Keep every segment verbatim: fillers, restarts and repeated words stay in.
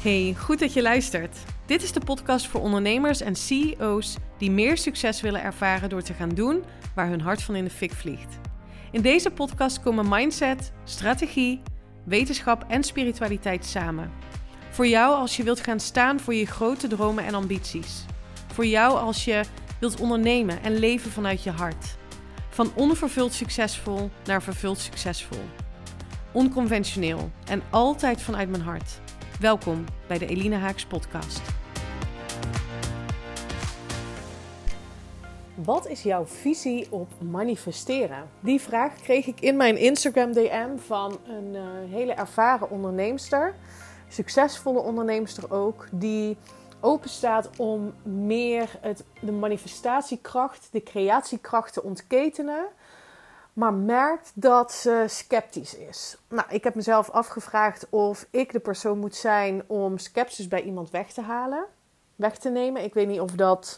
Hey, goed dat je luistert. Dit is de podcast voor ondernemers en C E O's die meer succes willen ervaren door te gaan doen waar hun hart van in de fik vliegt. In deze podcast komen mindset, strategie, wetenschap en spiritualiteit samen. Voor jou als je wilt gaan staan voor je grote dromen en ambities. Voor jou als je wilt ondernemen en leven vanuit je hart. Van onvervuld succesvol naar vervuld succesvol. Onconventioneel en altijd vanuit mijn hart. Welkom bij de Eline Haaks podcast. Wat is jouw visie op manifesteren? Die vraag kreeg ik in mijn Instagram D M van een uh, hele ervaren onderneemster. Succesvolle onderneemster ook. Die open staat om meer het, de manifestatiekracht, de creatiekracht te ontketenen. Maar merkt dat ze sceptisch is. Nou, ik heb mezelf afgevraagd of ik de persoon moet zijn om sceptisch bij iemand weg te halen. Weg te nemen. Ik weet niet of dat,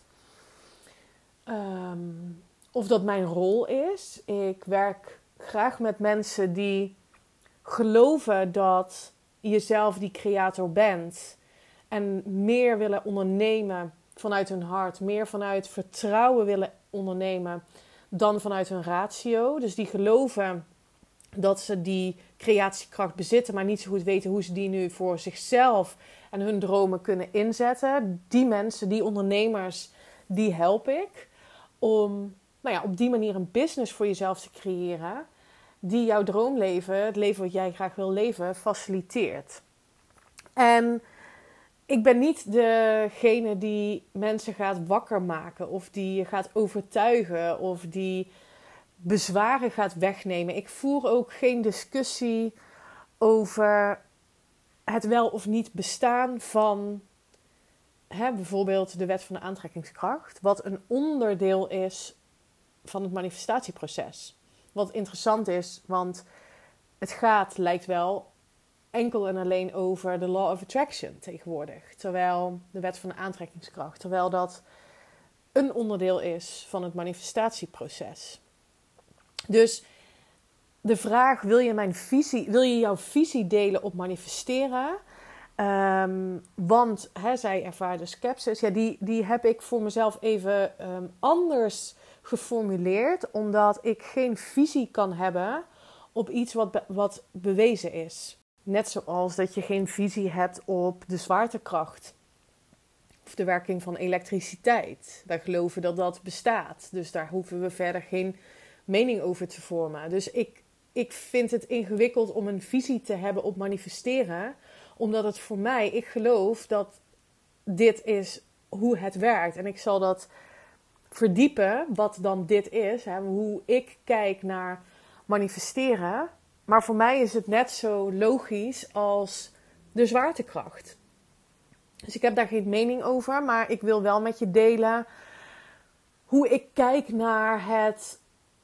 um, of dat mijn rol is. Ik werk graag met mensen die geloven dat je zelf die creator bent. En meer willen ondernemen vanuit hun hart. Meer vanuit vertrouwen willen ondernemen dan vanuit hun ratio. Dus die geloven dat ze die creatiekracht bezitten, maar niet zo goed weten hoe ze die nu voor zichzelf en hun dromen kunnen inzetten. Die mensen, die ondernemers, die help ik om nou ja, op die manier een business voor jezelf te creëren die jouw droomleven, het leven wat jij graag wil leven, faciliteert. En ik ben niet degene die mensen gaat wakker maken of die gaat overtuigen of die bezwaren gaat wegnemen. Ik voer ook geen discussie over het wel of niet bestaan van hè, bijvoorbeeld de wet van de aantrekkingskracht. Wat een onderdeel is van het manifestatieproces. Wat interessant is, want het gaat, lijkt wel, enkel en alleen over de law of attraction tegenwoordig. Terwijl de wet van de aantrekkingskracht. Terwijl dat een onderdeel is van het manifestatieproces. Dus de vraag, wil je, mijn visie, wil je jouw visie delen op manifesteren? Um, want hè, zij ervaarde sceptisch. Ja, die, die heb ik voor mezelf even um, anders geformuleerd. Omdat ik geen visie kan hebben op iets wat, be- wat bewezen is. Net zoals dat je geen visie hebt op de zwaartekracht. Of de werking van elektriciteit. Wij geloven dat dat bestaat. Dus daar hoeven we verder geen mening over te vormen. Dus ik, ik vind het ingewikkeld om een visie te hebben op manifesteren. Omdat het voor mij, ik geloof dat dit is hoe het werkt. En ik zal dat verdiepen, wat dan dit is. Hè, hoe ik kijk naar manifesteren. Maar voor mij is het net zo logisch als de zwaartekracht. Dus ik heb daar geen mening over, maar ik wil wel met je delen hoe ik kijk naar het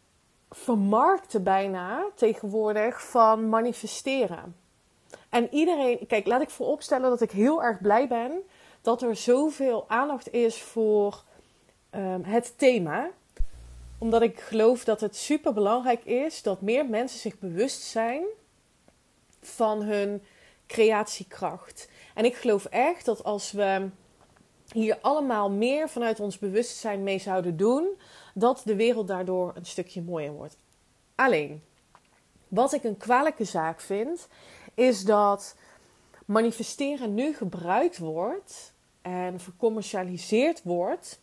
vermarkten bijna tegenwoordig van manifesteren. En iedereen, kijk, laat ik vooropstellen dat ik heel erg blij ben dat er zoveel aandacht is voor um, het thema. Omdat ik geloof dat het super belangrijk is dat meer mensen zich bewust zijn van hun creatiekracht. En ik geloof echt dat als we hier allemaal meer vanuit ons bewustzijn mee zouden doen, dat de wereld daardoor een stukje mooier wordt. Alleen, wat ik een kwalijke zaak vind, is dat manifesteren nu gebruikt wordt en vercommercialiseerd wordt.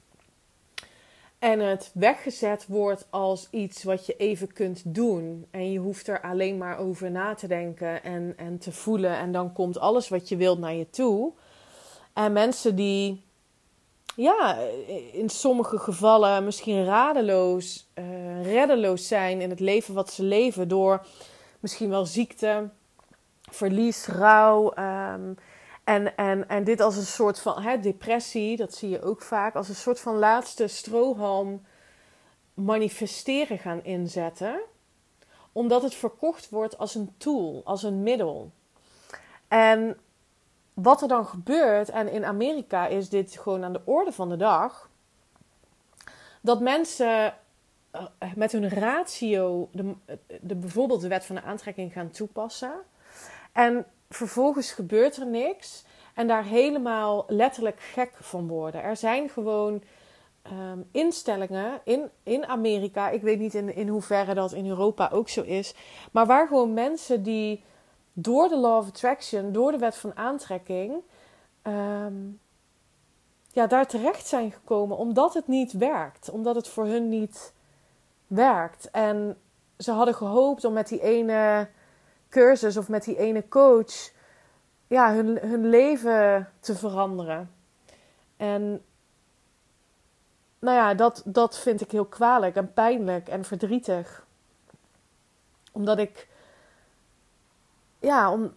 En het weggezet wordt als iets wat je even kunt doen. En je hoeft er alleen maar over na te denken en, en te voelen. En dan komt alles wat je wilt naar je toe. En mensen die, ja, in sommige gevallen misschien radeloos, uh, reddeloos zijn in het leven wat ze leven. Door misschien wel ziekte, verlies, rouw. Um, En, en, en dit als een soort van hè, depressie, dat zie je ook vaak, als een soort van laatste strohalm manifesteren gaan inzetten. Omdat het verkocht wordt als een tool, als een middel. En wat er dan gebeurt, en in Amerika is dit gewoon aan de orde van de dag, dat mensen met hun ratio de, de, bijvoorbeeld de wet van de aantrekking gaan toepassen. En vervolgens gebeurt er niks. En daar helemaal letterlijk gek van worden. Er zijn gewoon um, instellingen in, in Amerika. Ik weet niet in, in hoeverre dat in Europa ook zo is. Maar waar gewoon mensen die door de Law of Attraction, door de wet van aantrekking, Um, ja, daar terecht zijn gekomen omdat het niet werkt. Omdat het voor hun niet werkt. En ze hadden gehoopt om met die ene cursus of met die ene coach ja, hun, hun leven te veranderen. En nou ja, dat, dat vind ik heel kwalijk en pijnlijk en verdrietig. Omdat ik, ja, om,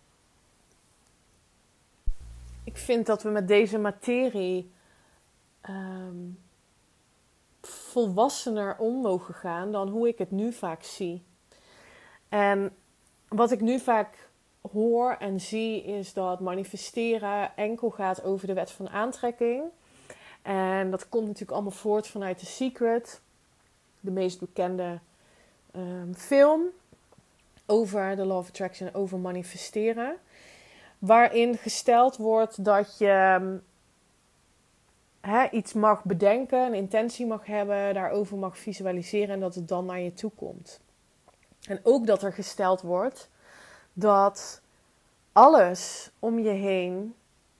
ik vind dat we met deze materie um, volwassener om mogen gaan dan hoe ik het nu vaak zie. En wat ik nu vaak hoor en zie is dat manifesteren enkel gaat over de wet van aantrekking. En dat komt natuurlijk allemaal voort vanuit The Secret, de meest bekende um, film over de Law of Attraction, over manifesteren. Waarin gesteld wordt dat je um, hè, iets mag bedenken, een intentie mag hebben, daarover mag visualiseren en dat het dan naar je toe komt. En ook dat er gesteld wordt dat alles om je heen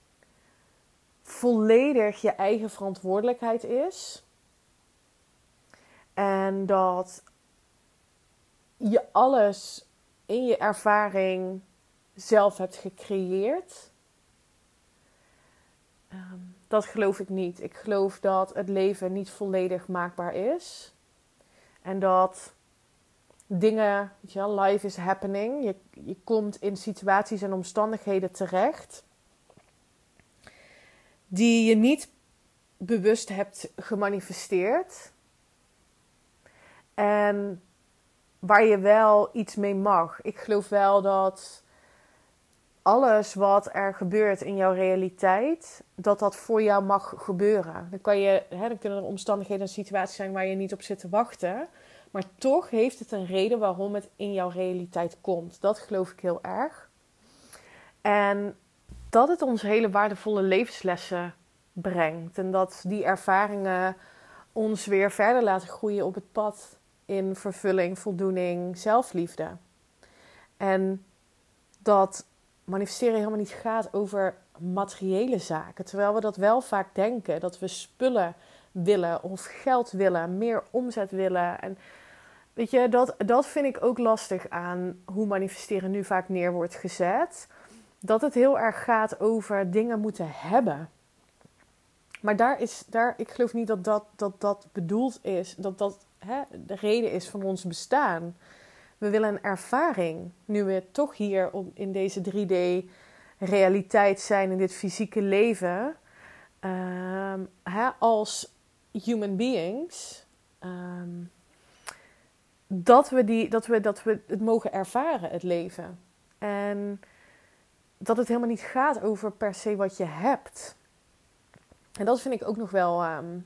volledig je eigen verantwoordelijkheid is. En dat je alles in je ervaring zelf hebt gecreëerd. Um, dat geloof ik niet. Ik geloof dat het leven niet volledig maakbaar is. En dat dingen, weet je wel, life is happening. Je, je komt in situaties en omstandigheden terecht die je niet bewust hebt gemanifesteerd. En waar je wel iets mee mag. Ik geloof wel dat alles wat er gebeurt in jouw realiteit, dat dat voor jou mag gebeuren. Dan, kan je, hè, dan kunnen er omstandigheden en situaties zijn waar je niet op zit te wachten. Maar toch heeft het een reden waarom het in jouw realiteit komt. Dat geloof ik heel erg. En dat het ons hele waardevolle levenslessen brengt. En dat die ervaringen ons weer verder laten groeien op het pad in vervulling, voldoening, zelfliefde. En dat manifesteren helemaal niet gaat over materiële zaken. Terwijl we dat wel vaak denken. Dat we spullen willen of geld willen, meer omzet willen. En weet je, dat, dat vind ik ook lastig aan hoe manifesteren nu vaak neer wordt gezet. Dat het heel erg gaat over dingen moeten hebben. Maar daar is, daar, ik geloof niet dat dat, dat, dat bedoeld is. Dat dat hè, de reden is van ons bestaan. We willen een ervaring. Nu we toch hier op, in deze drie D-realiteit zijn, in dit fysieke leven. Um, hè, als human beings. Um, dat, we die, dat, we, dat we het mogen ervaren, het leven. En dat het helemaal niet gaat over per se wat je hebt. En dat vind ik ook nog wel, um,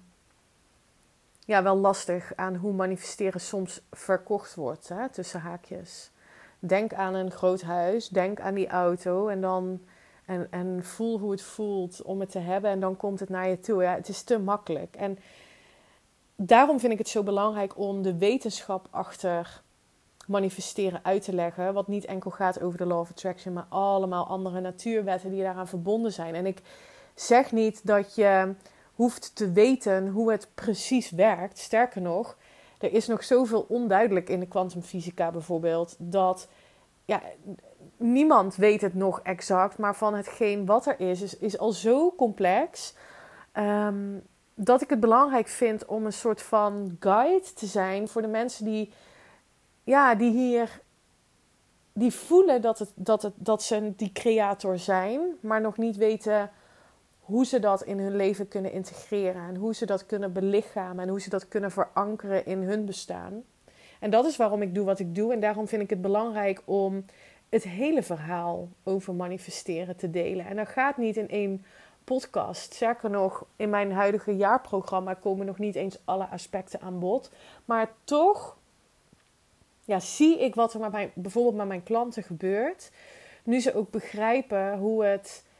ja, wel lastig aan hoe manifesteren soms verkocht wordt, hè, tussen haakjes. Denk aan een groot huis, denk aan die auto en, dan, en, en voel hoe het voelt om het te hebben en dan komt het naar je toe. Ja, het is te makkelijk. En daarom vind ik het zo belangrijk om de wetenschap achter manifesteren uit te leggen. Wat niet enkel gaat over de Law of Attraction, maar allemaal andere natuurwetten die daaraan verbonden zijn. En ik zeg niet dat je hoeft te weten hoe het precies werkt. Sterker nog, er is nog zoveel onduidelijk in de kwantumfysica bijvoorbeeld, dat ja, niemand weet het nog exact, maar van hetgeen wat er is, is, is al zo complex, um, dat ik het belangrijk vind om een soort van guide te zijn voor de mensen die, ja, die hier, die voelen dat, het, dat, het, dat ze die creator zijn, maar nog niet weten hoe ze dat in hun leven kunnen integreren en hoe ze dat kunnen belichamen en hoe ze dat kunnen verankeren in hun bestaan. En dat is waarom ik doe wat ik doe en daarom vind ik het belangrijk om het hele verhaal over manifesteren te delen. En dat gaat niet in één podcast. Sterker nog, in mijn huidige jaarprogramma komen nog niet eens alle aspecten aan bod. Maar toch ja, zie ik wat er met mijn, bijvoorbeeld met mijn klanten gebeurt. Nu ze ook begrijpen hoe het...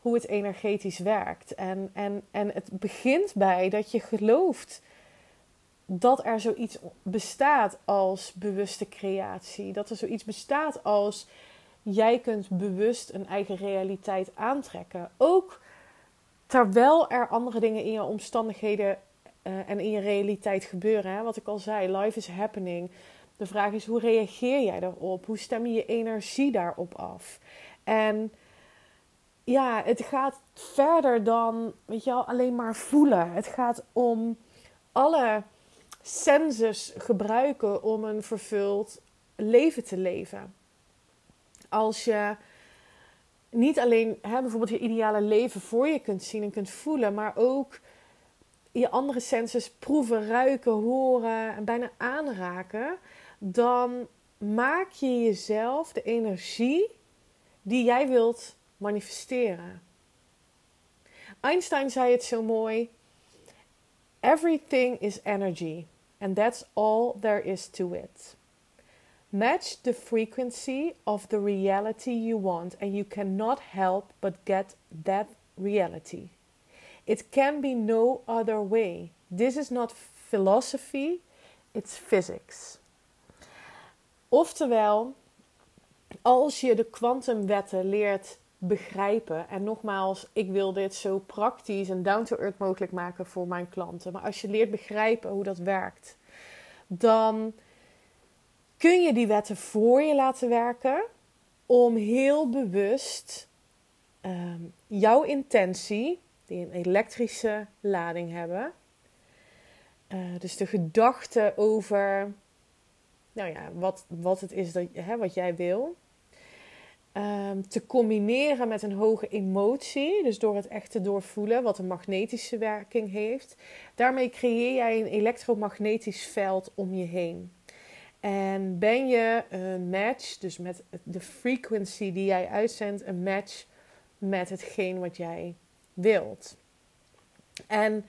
hoe het energetisch werkt. En, en, en het begint bij dat je gelooft dat er zoiets bestaat als bewuste creatie. Dat er zoiets bestaat als jij kunt bewust een eigen realiteit aantrekken. Ook terwijl er andere dingen in je omstandigheden uh, en in je realiteit gebeuren. Hè? Wat ik al zei, life is happening. De vraag is, hoe reageer jij daarop? Hoe stem je je energie daarop af? En ja, het gaat verder dan, weet je wel, alleen maar voelen. Het gaat om alle senses gebruiken om een vervuld leven te leven. Als je niet alleen hè, bijvoorbeeld je ideale leven voor je kunt zien en kunt voelen, maar ook je andere senses proeven, ruiken, horen en bijna aanraken, dan maak je jezelf de energie die jij wilt manifesteren. Einstein zei het zo mooi: everything is energy, and that's all there is to it. Match the frequency of the reality you want, and you cannot help but get that reality. It can be no other way. This is not philosophy, it's physics. Oftewel, als je de kwantumwetten leert begrijpen, en nogmaals, ik wil dit zo praktisch en down-to-earth mogelijk maken voor mijn klanten, maar als je leert begrijpen hoe dat werkt, dan kun je die wetten voor je laten werken om heel bewust um, jouw intentie, die een elektrische lading hebben, uh, dus de gedachte over nou ja, wat, wat het is dat, hè, wat jij wil, um, te combineren met een hoge emotie, dus door het echt te doorvoelen wat een magnetische werking heeft. Daarmee creëer jij een elektromagnetisch veld om je heen. En ben je een match, dus met de frequency die jij uitzendt, een match met hetgeen wat jij wilt. En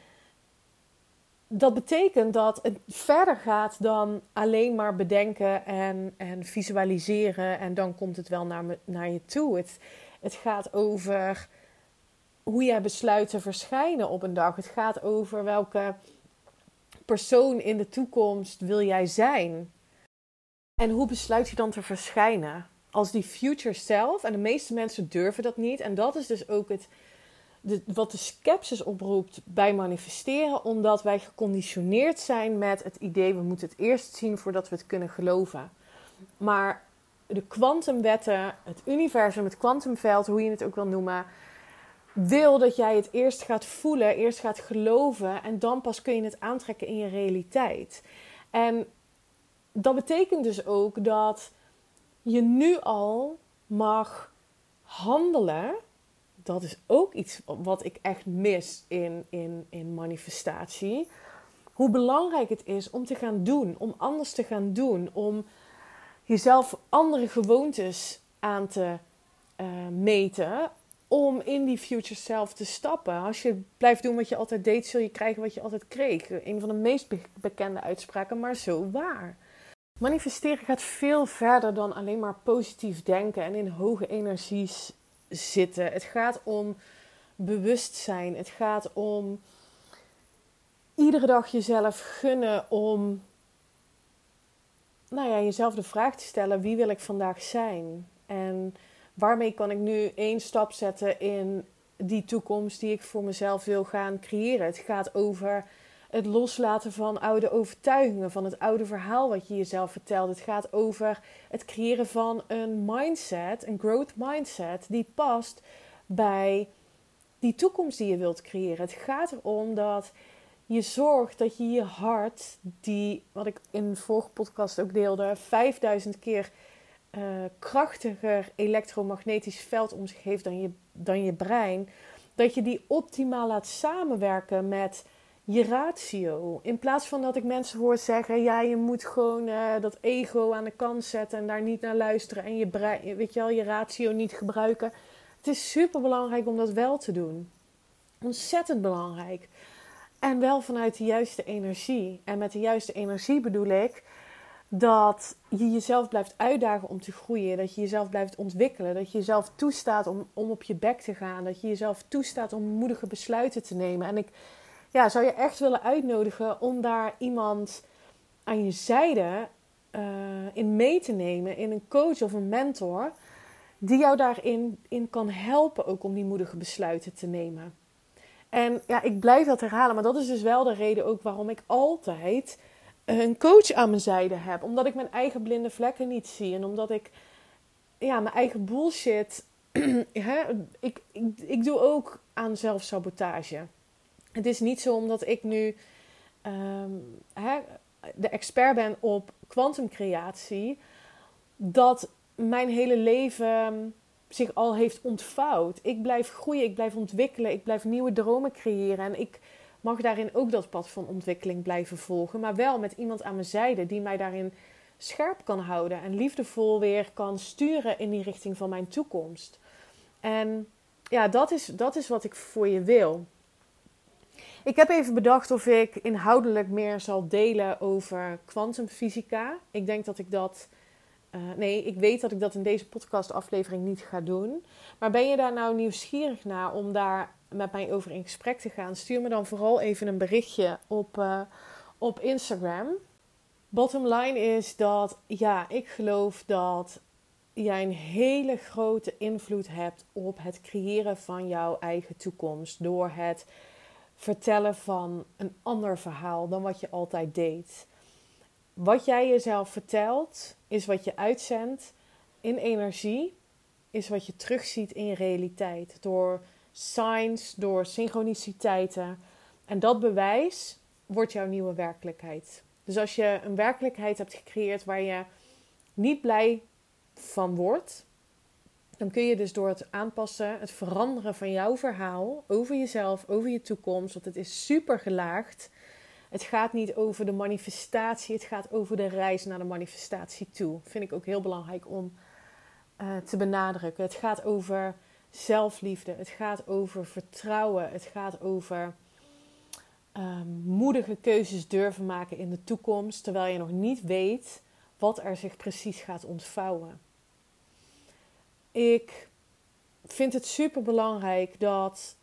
dat betekent dat het verder gaat dan alleen maar bedenken en, en visualiseren en dan komt het wel naar, me, naar je toe. Het, het gaat over hoe jij besluit te verschijnen op een dag. Het gaat over welke persoon in de toekomst wil jij zijn. En hoe besluit je dan te verschijnen? Als die future self. En de meeste mensen durven dat niet. En dat is dus ook het, de, wat de sceptisch oproept bij manifesteren. Omdat wij geconditioneerd zijn met het idee, we moeten het eerst zien voordat we het kunnen geloven. Maar de kwantumwetten, het universum, het kwantumveld, hoe je het ook wil noemen, wil dat jij het eerst gaat voelen, eerst gaat geloven en dan pas kun je het aantrekken in je realiteit. En dat betekent dus ook dat je nu al mag handelen. Dat is ook iets wat ik echt mis in, in, in manifestatie. Hoe belangrijk het is om te gaan doen, om anders te gaan doen, om jezelf andere gewoontes aan te uh, meten, om in die future self te stappen. Als je blijft doen wat je altijd deed, zul je krijgen wat je altijd kreeg. Een van de meest be- bekende uitspraken, maar zo waar. Manifesteren gaat veel verder dan alleen maar positief denken en in hoge energies zitten. Het gaat om bewustzijn. Het gaat om iedere dag jezelf gunnen om nou ja, jezelf de vraag te stellen: wie wil ik vandaag zijn? En waarmee kan ik nu één stap zetten in die toekomst die ik voor mezelf wil gaan creëren? Het gaat over het loslaten van oude overtuigingen, van het oude verhaal wat je jezelf vertelt. Het gaat over het creëren van een mindset, een growth mindset, die past bij die toekomst die je wilt creëren. Het gaat erom dat je zorgt dat je je hart, die, wat ik in de vorige podcast ook deelde, vijfduizend keer uh, krachtiger elektromagnetisch veld om zich heeft dan je, dan je brein, dat je die optimaal laat samenwerken met je ratio. In plaats van dat ik mensen hoor zeggen, ja, je moet gewoon uh, dat ego aan de kant zetten en daar niet naar luisteren en je brein, weet je wel, je ratio niet gebruiken. Het is super belangrijk om dat wel te doen. Ontzettend belangrijk. En wel vanuit de juiste energie. En met de juiste energie bedoel ik dat je jezelf blijft uitdagen om te groeien. Dat je jezelf blijft ontwikkelen. Dat je jezelf toestaat om, om op je bek te gaan. Dat je jezelf toestaat om moedige besluiten te nemen. En ik ja, zou je echt willen uitnodigen om daar iemand aan je zijde uh, in mee te nemen. In een coach of een mentor. Die jou daarin in kan helpen ook om die moedige besluiten te nemen. En ja, ik blijf dat herhalen. Maar dat is dus wel de reden ook waarom ik altijd een coach aan mijn zijde heb. Omdat ik mijn eigen blinde vlekken niet zie. En omdat ik ja, mijn eigen bullshit... hè, ik, ik, ik doe ook aan zelfsabotage. Het is niet zo omdat ik nu um, hè, de expert ben op kwantumcreatie, dat mijn hele leven zich al heeft ontvouwd. Ik blijf groeien, ik blijf ontwikkelen, ik blijf nieuwe dromen creëren. En ik mag daarin ook dat pad van ontwikkeling blijven volgen. Maar wel met iemand aan mijn zijde die mij daarin scherp kan houden. En liefdevol weer kan sturen in die richting van mijn toekomst. En ja, dat is, dat is wat ik voor je wil. Ik heb even bedacht of ik inhoudelijk meer zal delen over kwantumfysica. Ik denk dat ik dat... Uh, nee, ik weet dat ik dat in deze podcastaflevering niet ga doen. Maar ben je daar nou nieuwsgierig naar om daar met mij over in gesprek te gaan? Stuur me dan vooral even een berichtje op, uh, op Instagram. Bottom line is dat, ja, ik geloof dat jij een hele grote invloed hebt op het creëren van jouw eigen toekomst. Door het vertellen van een ander verhaal dan wat je altijd deed. Wat jij jezelf vertelt, is wat je uitzendt in energie, is wat je terugziet in je realiteit. Door signs, door synchroniciteiten. En dat bewijs wordt jouw nieuwe werkelijkheid. Dus als je een werkelijkheid hebt gecreëerd waar je niet blij van wordt, dan kun je dus door het aanpassen, het veranderen van jouw verhaal over jezelf, over je toekomst, want het is super gelaagd. Het gaat niet over de manifestatie, het gaat over de reis naar de manifestatie toe. Dat vind ik ook heel belangrijk om uh, te benadrukken. Het gaat over zelfliefde, het gaat over vertrouwen, het gaat over um, moedige keuzes durven maken in de toekomst, terwijl je nog niet weet wat er zich precies gaat ontvouwen. Ik vind het super belangrijk dat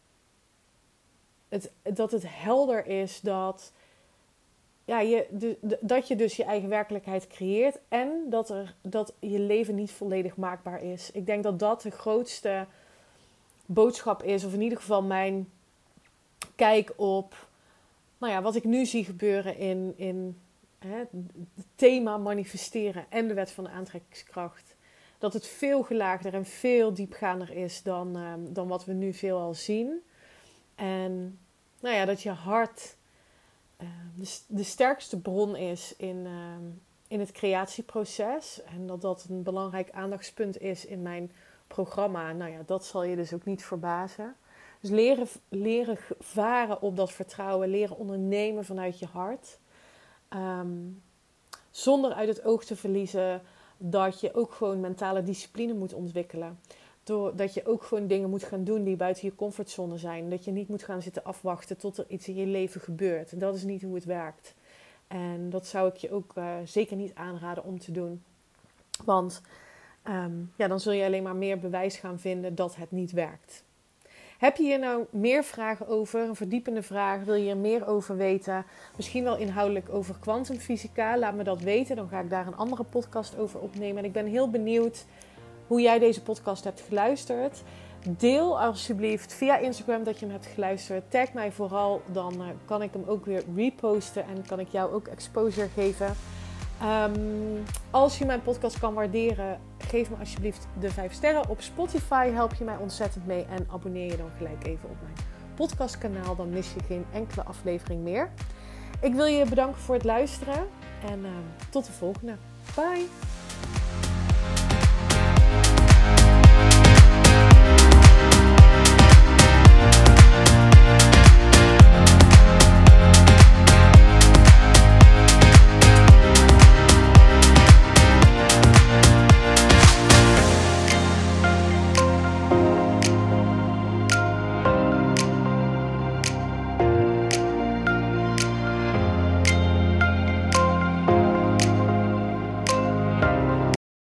het, dat het helder is dat, ja, je, de, de, dat je dus je eigen werkelijkheid creëert en dat, er, dat je leven niet volledig maakbaar is. Ik denk dat dat de grootste boodschap is, of in ieder geval mijn kijk op nou ja, wat ik nu zie gebeuren in, in hè, het thema manifesteren en de wet van de aantrekkingskracht. Dat het veel gelaagder en veel diepgaander is dan, uh, dan wat we nu veelal zien. En nou ja, dat je hart uh, de, de sterkste bron is in, uh, in het creatieproces. En dat dat een belangrijk aandachtspunt is in mijn programma. Nou ja, dat zal je dus ook niet verbazen. Dus leren, leren varen op dat vertrouwen. Leren ondernemen vanuit je hart. Um, zonder uit het oog te verliezen dat je ook gewoon mentale discipline moet ontwikkelen. Doordat je ook gewoon dingen moet gaan doen die buiten je comfortzone zijn. Dat je niet moet gaan zitten afwachten tot er iets in je leven gebeurt. En dat is niet hoe het werkt. En dat zou ik je ook uh, zeker niet aanraden om te doen. Want um, ja, dan zul je alleen maar meer bewijs gaan vinden dat het niet werkt. Heb je hier nou meer vragen over, een verdiepende vraag? Wil je er meer over weten? Misschien wel inhoudelijk over kwantumfysica? Laat me dat weten, dan ga ik daar een andere podcast over opnemen. En ik ben heel benieuwd hoe jij deze podcast hebt geluisterd. Deel alsjeblieft via Instagram dat je hem hebt geluisterd. Tag mij vooral, dan uh, kan ik hem ook weer reposten en kan ik jou ook exposure geven. Um, als je mijn podcast kan waarderen, geef me alsjeblieft de vijf sterren. Op Spotify help je mij ontzettend mee en abonneer je dan gelijk even op mijn podcastkanaal. Dan mis je geen enkele aflevering meer. Ik wil je bedanken voor het luisteren en uh, tot de volgende. Bye!